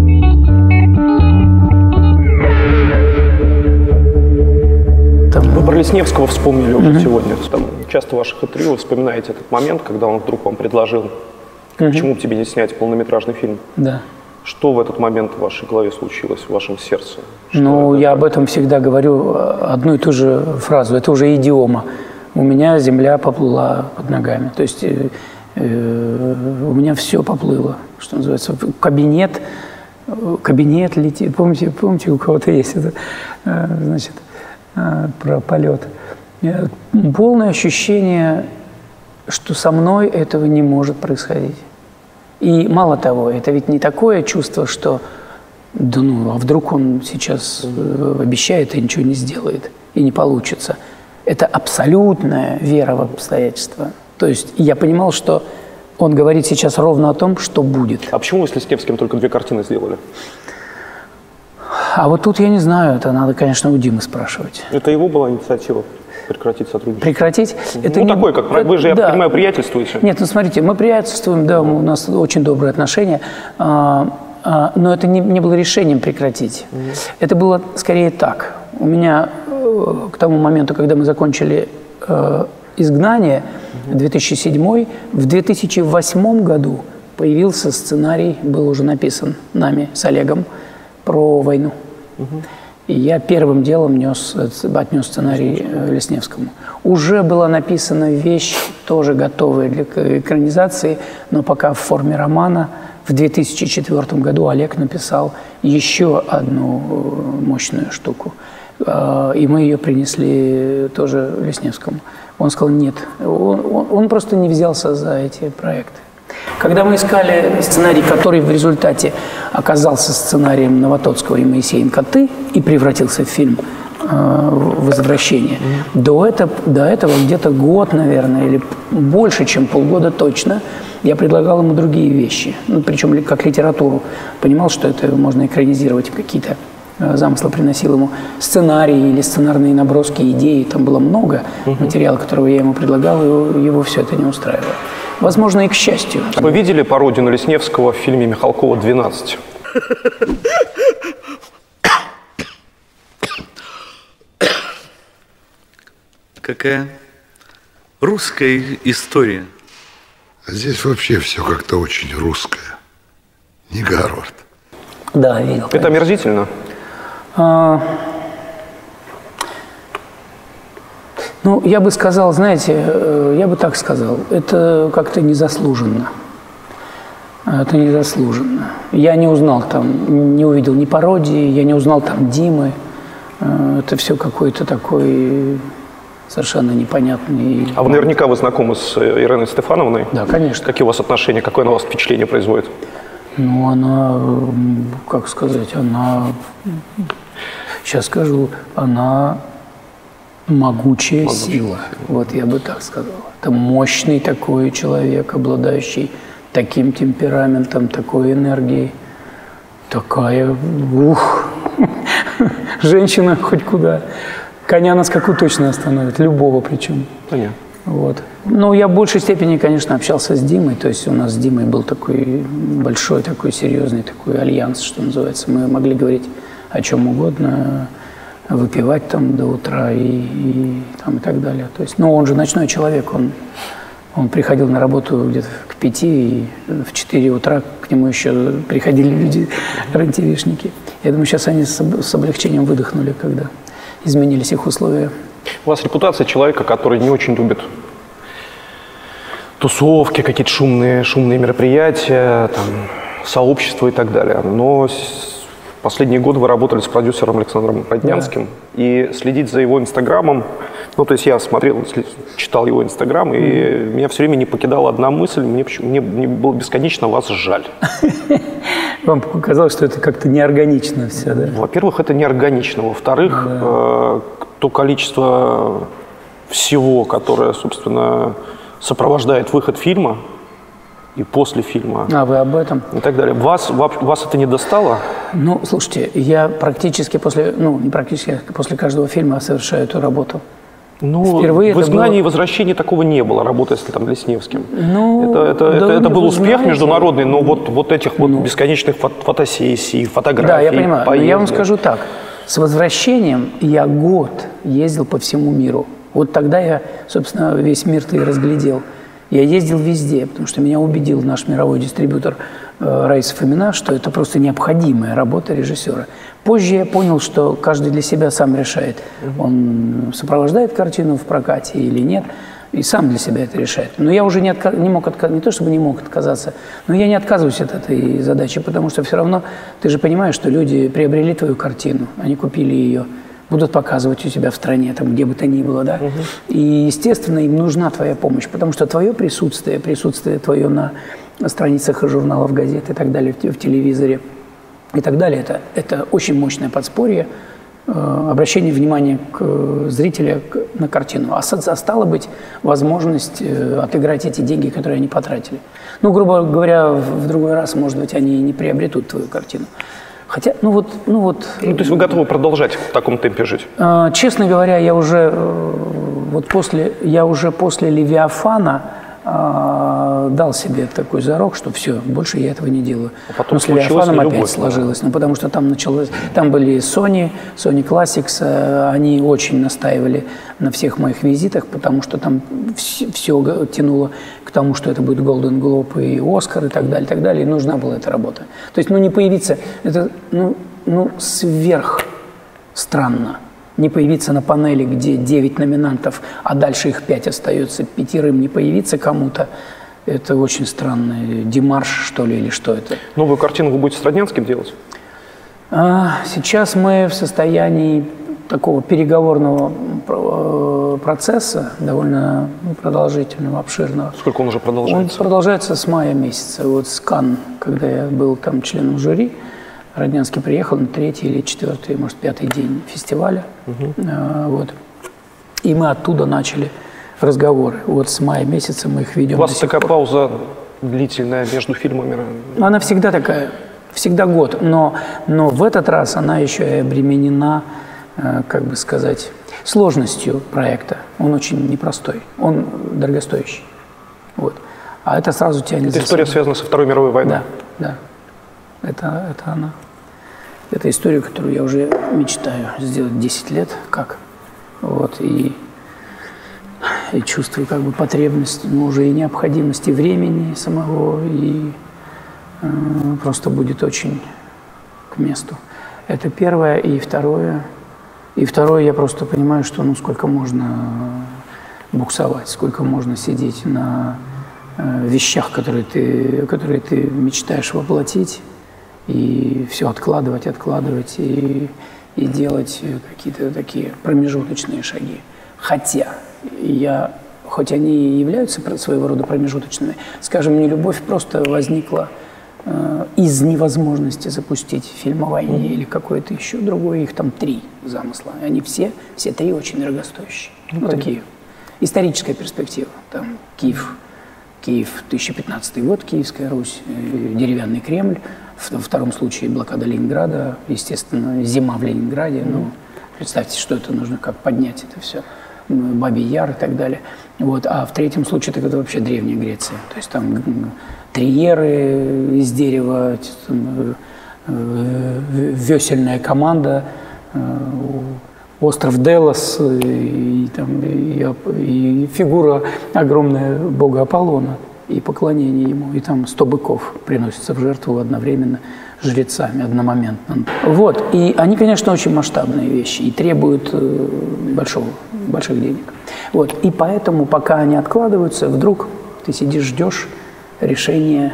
Вы про Лесневского вспомнили уже mm-hmm. сегодня. Там часто в ваших интервью вы вспоминаете этот момент, когда он вдруг вам предложил, mm-hmm. почему бы тебе не снять полнометражный фильм? Да. Что в этот момент в вашей голове случилось, в вашем сердце? Что ну, я об этом всегда говорю одну и ту же фразу. Это уже идиома. У меня земля поплыла под ногами. То есть э, э, у меня все поплыло, что называется. Кабинет, кабинет летит. Помните, помните, у кого-то есть это, э, значит, про полет. Полное ощущение, что со мной этого не может происходить. И мало того, это ведь не такое чувство, что да ну, а вдруг он сейчас обещает и ничего не сделает, и не получится. Это абсолютная вера в обстоятельства. То есть я понимал, что он говорит сейчас ровно о том, что будет. А почему вы с Лесневским только две картины сделали? А вот тут я не знаю, это надо, конечно, у Димы спрашивать. Это его была инициатива прекратить сотрудничество? Прекратить? Ну, это не... такой, как вы же, я да. понимаю, приятельствуете. Нет, ну смотрите, мы приятельствуем, да, у нас очень добрые отношения, а, а, но это не, не было решением прекратить. Mm-hmm. Это было скорее так. У меня к тому моменту, когда мы закончили э, «Изгнание», mm-hmm. две тысячи седьмой, в две тысячи восьмом году появился сценарий, был уже написан нами с Олегом, про войну. Угу. И я первым делом нес, отнес сценарий Лесневскому. Уже была написана вещь тоже готовые для экранизации, но пока в форме романа. В две тысячи четвёртом году Олег написал еще одну мощную штуку, и мы ее принесли тоже Лесневскому. Он сказал нет, он, он просто не взялся за эти проекты. Когда мы искали сценарий, который в результате оказался сценарием Новотоцкого и Моисеенко «Ты» и превратился в фильм «Возвращение», mm-hmm. до, это, до этого где-то год, наверное, или больше, чем полгода точно, я предлагал ему другие вещи, ну, причем как литературу. Понимал, что это можно экранизировать, какие-то замыслы приносил ему сценарии или сценарные наброски, идеи. Там было много mm-hmm. материала, которого я ему предлагал, и его, его все это не устраивало. Возможно, и к счастью. Вы видели пародию на Лесневского в фильме Михалкова «двенадцать»? Какая русская история. А здесь вообще все как-то очень русское. Не Гарвард. Да, видел. Это конечно. Омерзительно? А, ну, я бы сказал, знаете, я бы так сказал, это как-то незаслуженно. Это незаслуженно. Я не узнал там, не увидел ни пародии, я не узнал там Димы. Это все какой-то такой... совершенно непонятный. А вы наверняка вы знакомы с Ириной Стефановной? Да, конечно. Какие у вас отношения, какое на вас впечатление производит? Ну, она, как сказать, она, сейчас скажу, она могучая, могучая сила. Вот я бы так сказал. Это мощный такой человек, обладающий таким темпераментом, такой энергией. Такая, ух, женщина хоть куда. Коня на скаку точно остановит, любого причем. Понятно. Вот. Ну, я в большей степени, конечно, общался с Димой. То есть у нас с Димой был такой большой, такой серьезный такой альянс, что называется. Мы могли говорить о чем угодно, выпивать там до утра и, и, там, и так далее. То есть, ну, он же ночной человек, он, он приходил на работу где-то к пяти, и в четыре утра к нему еще приходили люди, рантевишники. Я думаю, сейчас они с, с облегчением выдохнули, когда изменились их условия. У вас репутация человека, который не очень любит тусовки, какие-то шумные, шумные мероприятия, там, сообщества и так далее. Но в последние годы вы работали с продюсером Александром Роднянским, да. И следить за его инстаграмом, ну, то есть я смотрел, читал его инстаграм, и mm-hmm. меня все время не покидала одна мысль, мне, мне, мне было бесконечно вас жаль. Вам показалось, что это как-то неорганично все, да? Во-первых, это неорганично. Во-вторых, да. э, то количество всего, которое, собственно, сопровождает выход фильма и после фильма. А, вы об этом? И так далее. Вас, вас это не достало? Ну, слушайте, я практически после, ну, не практически, после каждого фильма совершаю эту работу. Ну, впервые в «Изгнании» было... и «Возвращении» такого не было, работая с там, Лесневским. Ну, это это, да это, это был успех знаете, международный, но вот, вот этих вот ну, бесконечных фото фотосессий, фотографий, да, я понимаю. поездок. Но я вам скажу так. С «Возвращением» я год ездил по всему миру. Вот тогда я, собственно, весь мир-то и разглядел. Я ездил везде, потому что меня убедил наш мировой дистрибьютор э, Раиса Фомина, что это просто необходимая работа режиссера. Позже я понял, что каждый для себя сам решает, он сопровождает картину в прокате или нет, и сам для себя это решает. Но я уже не, отка не мог отказаться, не то чтобы не мог отказаться, но я не отказываюсь от этой задачи, потому что все равно ты же понимаешь, что люди приобрели твою картину, они купили ее, будут показывать у тебя в стране, там, где бы то ни было, да. Uh-huh. И, естественно, им нужна твоя помощь, потому что твое присутствие, присутствие твое на страницах журналов, газет и так далее, в, в телевизоре и так далее, это, это очень мощное подспорье, э, обращение внимания к зрителя к, на картину. А, а стало быть, возможность э, отыграть эти деньги, которые они потратили. Ну, грубо говоря, в, в другой раз, может быть, они не приобретут твою картину. Хотя, ну вот, ну вот. Ну, то есть вы готовы продолжать в таком темпе жить? Э, честно говоря, я уже э, вот после, я уже после «Левиафана» э, дал себе такой зарок, что все, больше я этого не делаю. А потом но с «Левиафаном» опять любовь, сложилось, ну, потому что там началось, там были Sony, Sony Classics, э, они очень настаивали на всех моих визитах, потому что там все, все тянуло к тому, что это будет Golden Globe и Оскар и так далее, и так далее, и нужна была эта работа. То есть, ну, не появиться, это, ну, ну, сверх странно. не появиться на панели, где девять номинантов, а дальше их пять остается, пятерым не появиться кому-то, это очень странный демарш, что ли, или что это? Новую картину вы будете с Роднянским делать? А, сейчас мы в состоянии такого переговорного процесса, довольно продолжительного, обширного. Сколько он уже продолжается? Он продолжается с мая месяца. Вот с Канн, когда я был там членом жюри, Роднянский приехал на третий или четвертый, может, пятый день фестиваля. Угу. А, вот. И мы оттуда начали разговоры. Вот с мая месяца мы их ведем. У вас такая пор. пауза длительная между фильмами? Она всегда такая, всегда год. Но, но в этот раз она еще и обременена, как бы сказать, сложностью проекта. Он очень непростой, он дорогостоящий. Вот. А это сразу тянет. Эта история связана со Второй мировой войной? Да, да. Это, это она. Это история, которую я уже мечтаю сделать десять лет, как. Вот, и, и чувствую как бы потребность, но уже и необходимости времени самого, и э, просто будет очень к месту. Это первое. И второе. И второе, я просто понимаю, что ну сколько можно буксовать, сколько можно сидеть на э, вещах, которые ты, которые ты мечтаешь воплотить, и все откладывать, откладывать, и, и делать какие-то такие промежуточные шаги. Хотя я, хоть они и являются своего рода промежуточными, скажем, нелюбовь просто возникла э, из невозможности запустить фильм о войне mm-hmm. или какой-то еще другой, их там три замысла. Они все, все три очень дорогостоящие. Mm-hmm. Ну, такие. Историческая перспектива. Там Киев, Киев, тысяча пятнадцатый год, Киевская Русь, э, деревянный Кремль. Во втором случае блокада Ленинграда, естественно, зима в Ленинграде. Mm-hmm. Ну, представьте, что это нужно, как поднять это все. Бабий Яр и так далее. Вот. А в третьем случае это вообще Древняя Греция. То есть там триеры из дерева, там, весельная команда, остров Делос и, там, и, и фигура огромная бога Аполлона и поклонение ему. И там сто быков приносятся в жертву одновременно жрецами, одномоментно. Вот. И они, конечно, очень масштабные вещи и требуют большого, больших денег. Вот. И поэтому, пока они откладываются, вдруг ты сидишь, ждешь решения,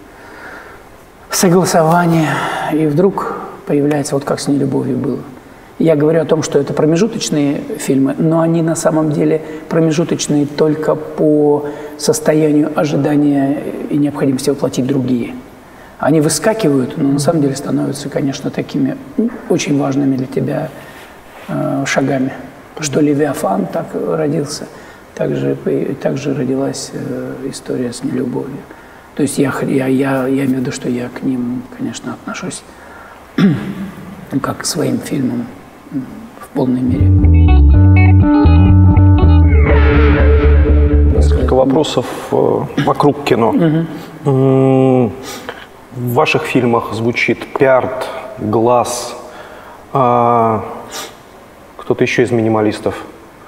согласования, и вдруг появляется, вот как с «Нелюбовью» было. Я говорю о том, что это промежуточные фильмы, но они на самом деле промежуточные только по состоянию ожидания и необходимости воплотить другие. Они выскакивают, но на самом деле становятся, конечно, такими очень важными для тебя э, шагами. Что «Левиафан» так родился, так же, так же родилась э, история с «Нелюбовью». То есть я, я, я, я имею в виду, что я к ним, конечно, отношусь как к своим фильмам в полной мере. Несколько вопросов э, вокруг кино. Угу. В ваших фильмах звучит Пиарт, Глаз, э, кто-то еще из минималистов.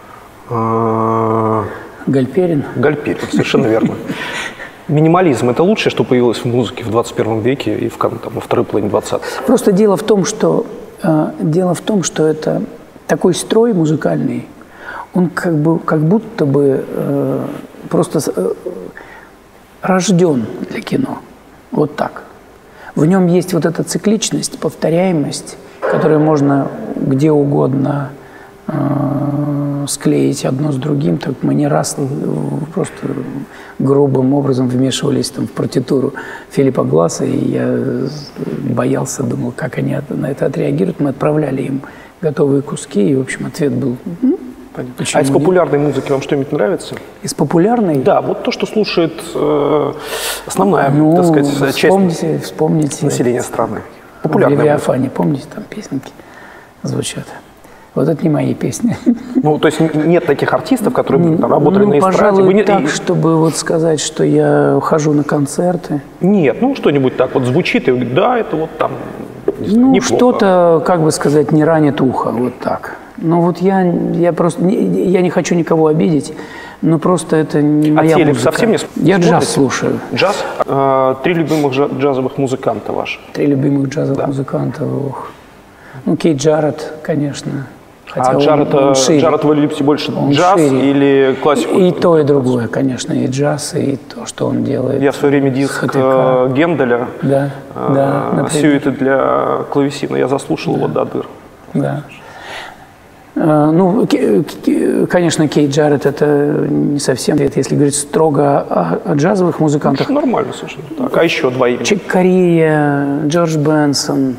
Э, Гальперин. Гальперин, совершенно верно. Минимализм – это лучшее, что появилось в музыке в двадцать первом веке и в, там, во второй половине двадцатого. Просто дело в том, что э, дело в том, что это такой строй музыкальный, он как бы, как будто бы э, просто э, рожден для кино. Вот так. В нем есть вот эта цикличность, повторяемость, которую можно где угодно э, склеить одно с другим. Так мы не раз просто грубым образом вмешивались там, в партитуру Филиппа Гласа, и я боялся, думал, как они на это отреагируют. Мы отправляли им готовые куски, и, в общем, ответ был... Ну, а из популярной музыки вам что-нибудь нравится? Из популярной? Да, вот то, что слушает э, основная, ну, так сказать, вспомните, часть вспомните, населения страны. Популярная в «Левиафане», помните, там песенки звучат. Вот это не мои песни. Ну, то есть нет таких артистов, которые там, работали ну, на эстраде? Пожалуй, Вы не... так, чтобы вот сказать, что я хожу на концерты. Нет, ну что-нибудь так вот звучит, и да, это вот там не знаю, ну, неплохо. Что-то, как бы сказать, не ранит ухо, вот так. Ну, вот я, я просто, я не хочу никого обидеть, но просто это не моя а музыка. Совсем не я смотрите? Джаз слушаю. Джаз? А, три любимых джазовых музыканта ваши? Три любимых джазовых да. музыканта, ох. Ну, Кейт Джаред, конечно. Хотя а он, Джаред, он шире. Джаред, вы любите больше Он джаз шире. или классику? И то, и другое, конечно. И джаз, и то, что он делает. Я в свое время диск ХТК. Генделя, Да, э, да, например. сюиты для клавесина, я заслушал его до дыр. Да. Э, Ну, Ке- Ке- конечно, Кейт Джаред – это не совсем, это если говорить строго о, о джазовых музыкантах. Это нормально совершенно. Так, а еще два имени? Чик Кория, Джордж Бенсон,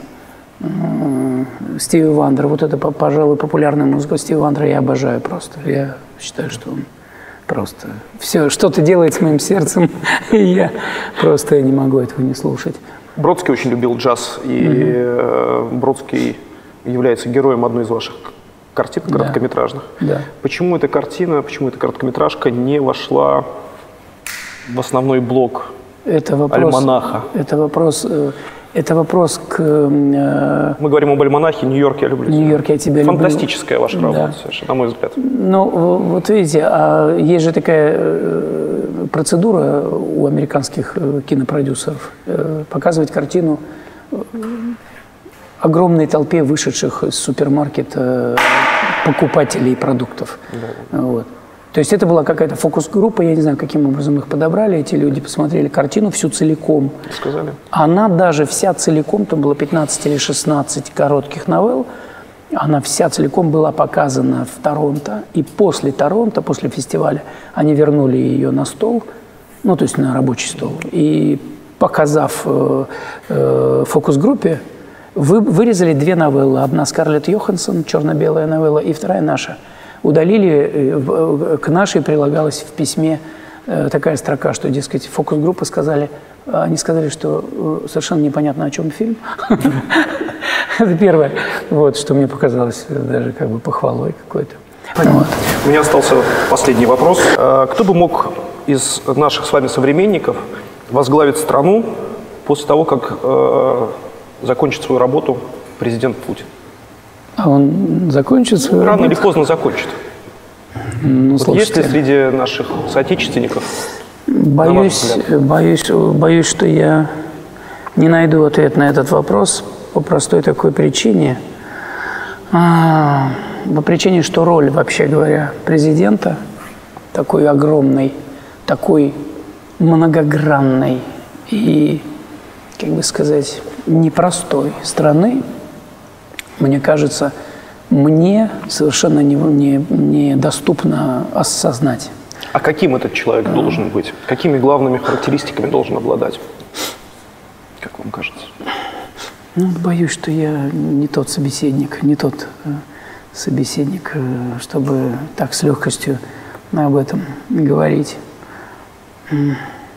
м, Стиви Вандер. Вот это, по- пожалуй, популярная музыка. Стиви Вандера я обожаю просто. Я считаю, что он просто все что-то делает с моим сердцем, и я просто не могу этого не слушать. Бродский очень любил джаз, и э, Бродский является героем одной из ваших картин короткометражных. Да. Почему эта картина, почему эта короткометражка не вошла в основной блок Это вопрос, альманаха? это вопрос, э, это вопрос к э, Мы говорим об альманахе «Нью-Йорк, я люблю тебя». Нью-Йорк, я тебя люблю. Фантастическая ваша Да. работа, совершенно, на мой взгляд. Ну, в- вот видите, а есть же такая э, процедура у американских э, кинопродюсеров э, показывать картину э, огромной толпе вышедших из супермаркета э, покупателей продуктов. Вот. То есть это была какая-то фокус-группа, я не знаю, каким образом их подобрали, эти люди посмотрели картину всю целиком. Сказали? Она даже вся целиком, там было пятнадцать или шестнадцать коротких новелл, она вся целиком была показана в Торонто. И после Торонто, после фестиваля, они вернули ее на стол, ну, то есть на рабочий стол. И, показав э, э, фокус-группе, вы, вырезали две новеллы. Одна Скарлетт Йоханссон, черно-белая новелла, и вторая наша. Удалили, э, в- к нашей прилагалась в письме э, такая строка, что, дескать, фокус-группа сказали, они сказали, что э, совершенно непонятно, о чем фильм. Это первое, вот, что мне показалось даже как бы похвалой какой-то. Вот. У меня остался последний вопрос. Э, Кто бы мог из наших с вами современников возглавить страну после того, как э, закончит свою работу президент Путин? А он закончит свою Рано или работу? поздно закончит. Ну, Вот есть ли слушайте, среди наших соотечественников? боюсь, взгляд? боюсь, боюсь, что я не найду ответ на этот вопрос по простой такой причине. А, по причине, что роль, вообще говоря, президента, такой огромной, такой многогранной и, как бы сказать, непростой страны, мне кажется, мне совершенно не, не, недоступно осознать. А каким этот человек должен быть? Какими главными характеристиками должен обладать? Как вам кажется? Ну, боюсь, что я не тот собеседник, не тот э, собеседник, э, чтобы так с легкостью об этом говорить. М.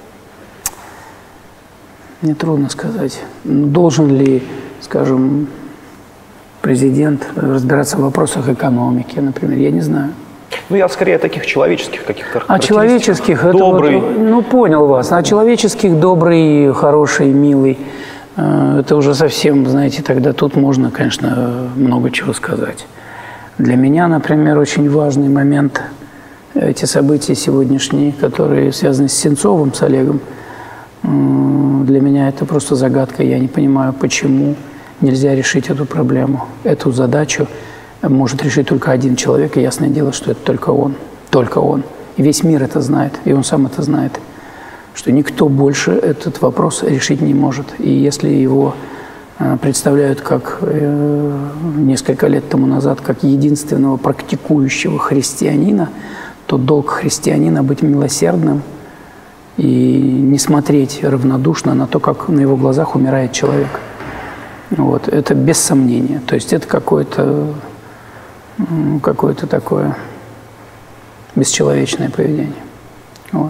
Мне трудно сказать, должен ли, скажем, президент разбираться в вопросах экономики, например, я не знаю. Ну, я скорее о таких человеческих каких-то А характеристиках. человеческих, это Добрый. вот, ну, понял вас, а человеческих, добрый, хороший, милый, э, это уже совсем, знаете, тогда тут можно, конечно, много чего сказать. Для меня, например, очень важный момент, эти события сегодняшние, которые связаны с Сенцовым, с Олегом, э, для меня это просто загадка, я не понимаю, почему нельзя решить эту проблему, эту задачу может решить только один человек, и ясное дело, что это только он, только он. И весь мир это знает, и он сам это знает, что никто больше этот вопрос решить не может. И если его э, представляют как э, несколько лет тому назад, как единственного практикующего христианина, то долг христианина быть милосердным и не смотреть равнодушно на то, как на его глазах умирает человек. Вот, это без сомнения. То есть это какое-то какое-то такое бесчеловечное поведение. Вот.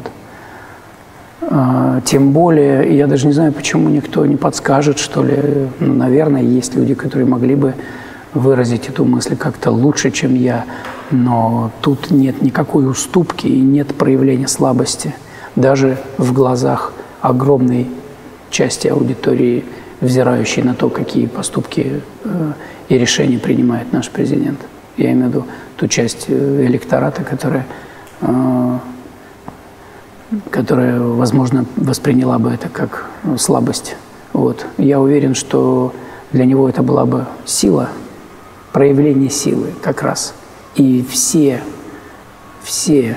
А, тем более, я даже не знаю, почему никто не подскажет, что ли. Ну, наверное, есть люди, которые могли бы выразить эту мысль как-то лучше, чем я. Но тут нет никакой уступки и нет проявления слабости. Даже в глазах огромной части аудитории, взирающей на то, какие поступки э, и решения принимает наш президент. Я имею в виду ту часть электората, которая, э, которая, возможно, восприняла бы это как слабость. Вот. Я уверен, что для него это была бы сила, проявление силы как раз. И все, все,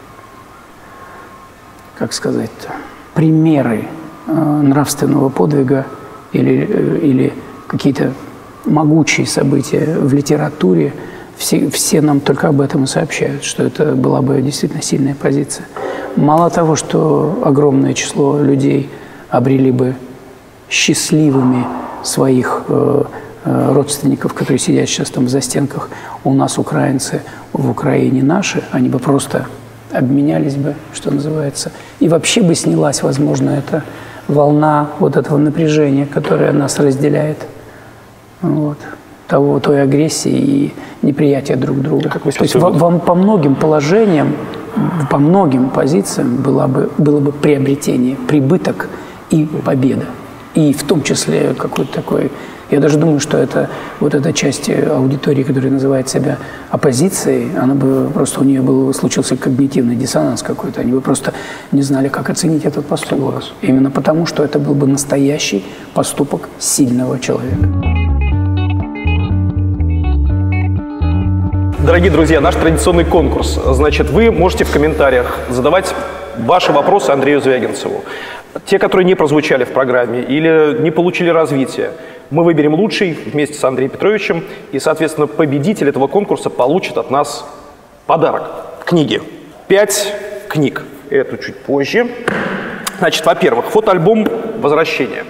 как сказать-то, примеры э, нравственного подвига или, э, или какие-то могучие события в литературе, все, все нам только об этом и сообщают, что это была бы действительно сильная позиция. Мало того, что огромное число людей обрели бы счастливыми своих э, э, родственников, которые сидят сейчас там в застенках, у нас украинцы в Украине наши, они бы просто обменялись бы, что называется, и вообще бы снялась, возможно, эта волна вот этого напряжения, которое нас разделяет, вот, того, той агрессии и неприятия друг друга. То есть вам, вам по многим положениям, по многим позициям было бы, было бы приобретение, прибыток и победа. И в том числе какой-то такой... Я даже думаю, что это вот эта часть аудитории, которая называет себя оппозицией, она бы просто у нее был, случился когнитивный диссонанс какой-то. Они бы просто не знали, как оценить этот поступок. Именно потому, что это был бы настоящий поступок сильного человека. Дорогие друзья, наш традиционный конкурс. Значит, вы можете в комментариях задавать ваши вопросы Андрею Звягинцеву. Те, которые не прозвучали в программе или не получили развития, мы выберем лучший вместе с Андреем Петровичем, и, соответственно, победитель этого конкурса получит от нас подарок. Книги. Пять книг. Эту чуть позже. Значит, во-первых, фотоальбом «Возвращение».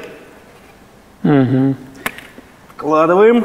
Угу. Вкладываем.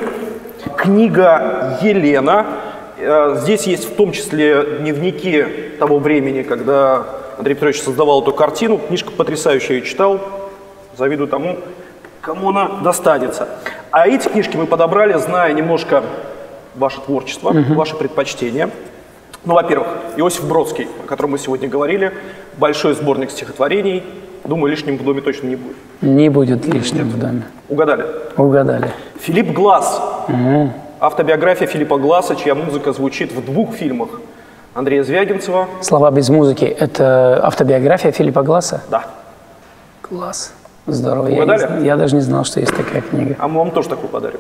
Книга «Елена». Здесь есть в том числе дневники того времени, когда Андрей Петрович создавал эту картину. Книжка потрясающая, я ее читал. Завидую тому, кому она достанется. А эти книжки мы подобрали, зная немножко ваше творчество, uh-huh. ваши предпочтения. Ну, во-первых, Иосиф Бродский, о котором мы сегодня говорили. Большой сборник стихотворений. Думаю, лишним в доме точно не будет. Не будет лишним в доме. Угадали? Угадали. Филипп Гласс. Uh-huh. Автобиография Филиппа Гласса, чья музыка звучит в двух фильмах Андрея Звягинцева. «Слова без музыки» — это автобиография Филиппа Гласса? Да. Класс. Здорово. Угадали? Я, не, я даже не знал, что есть такая книга. А мы вам тоже такую подарим.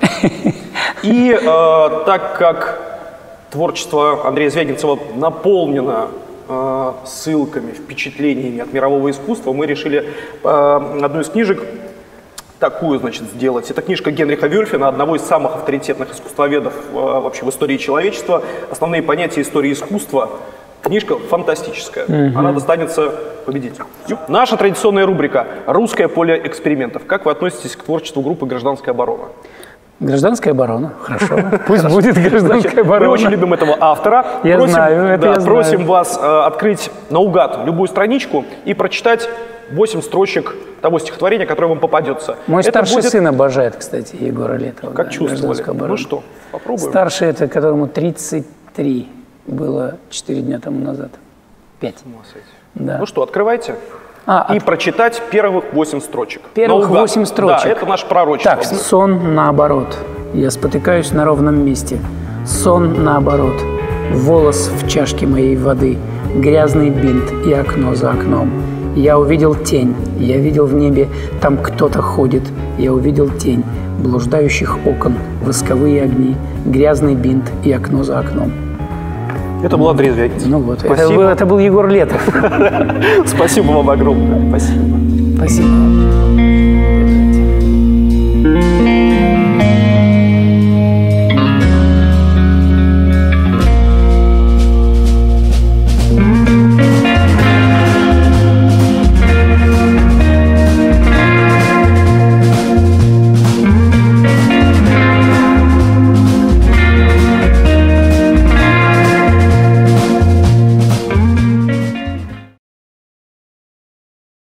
И э, так как творчество Андрея Звягинцева наполнено э, ссылками, впечатлениями от мирового искусства, мы решили э, одну из книжек такую, значит, сделать. Это книжка Генриха Вольфена, одного из самых авторитетных искусствоведов э, вообще в истории человечества. «Основные понятия истории искусства». Книжка фантастическая. Угу. Она достанется победителю. Наша традиционная рубрика «Русское поле экспериментов». Как вы относитесь к творчеству группы «Гражданская оборона»? Гражданская оборона, хорошо. Пусть будет гражданская оборона. Мы очень любим этого автора. Я знаю, это я знаю. Просим вас открыть наугад любую страничку и прочитать восемь строчек того стихотворения, которое вам попадется. Мой это старший будет... сын обожает, кстати, Егора Летова. Как да, чувствовали? Ну что, попробуем. Старший — это которому тридцать три было четыре дня тому назад. пять. Да. Ну что, открывайте. А, и от... прочитать первых восемь строчек. Первых восемь строчек. Да, это наше пророчество. Так, сон наоборот. Я спотыкаюсь на ровном месте. Сон наоборот. Волос в чашке моей воды. Грязный бинт и окно за окном. Я увидел тень. Я видел в небе, там кто-то ходит. Я увидел тень блуждающих окон, восковые огни, грязный бинт и окно за окном. Это был Андрей Звягинцев. Ну вот, это был, это был Егор Летов. Спасибо вам огромное. Спасибо. Спасибо вам.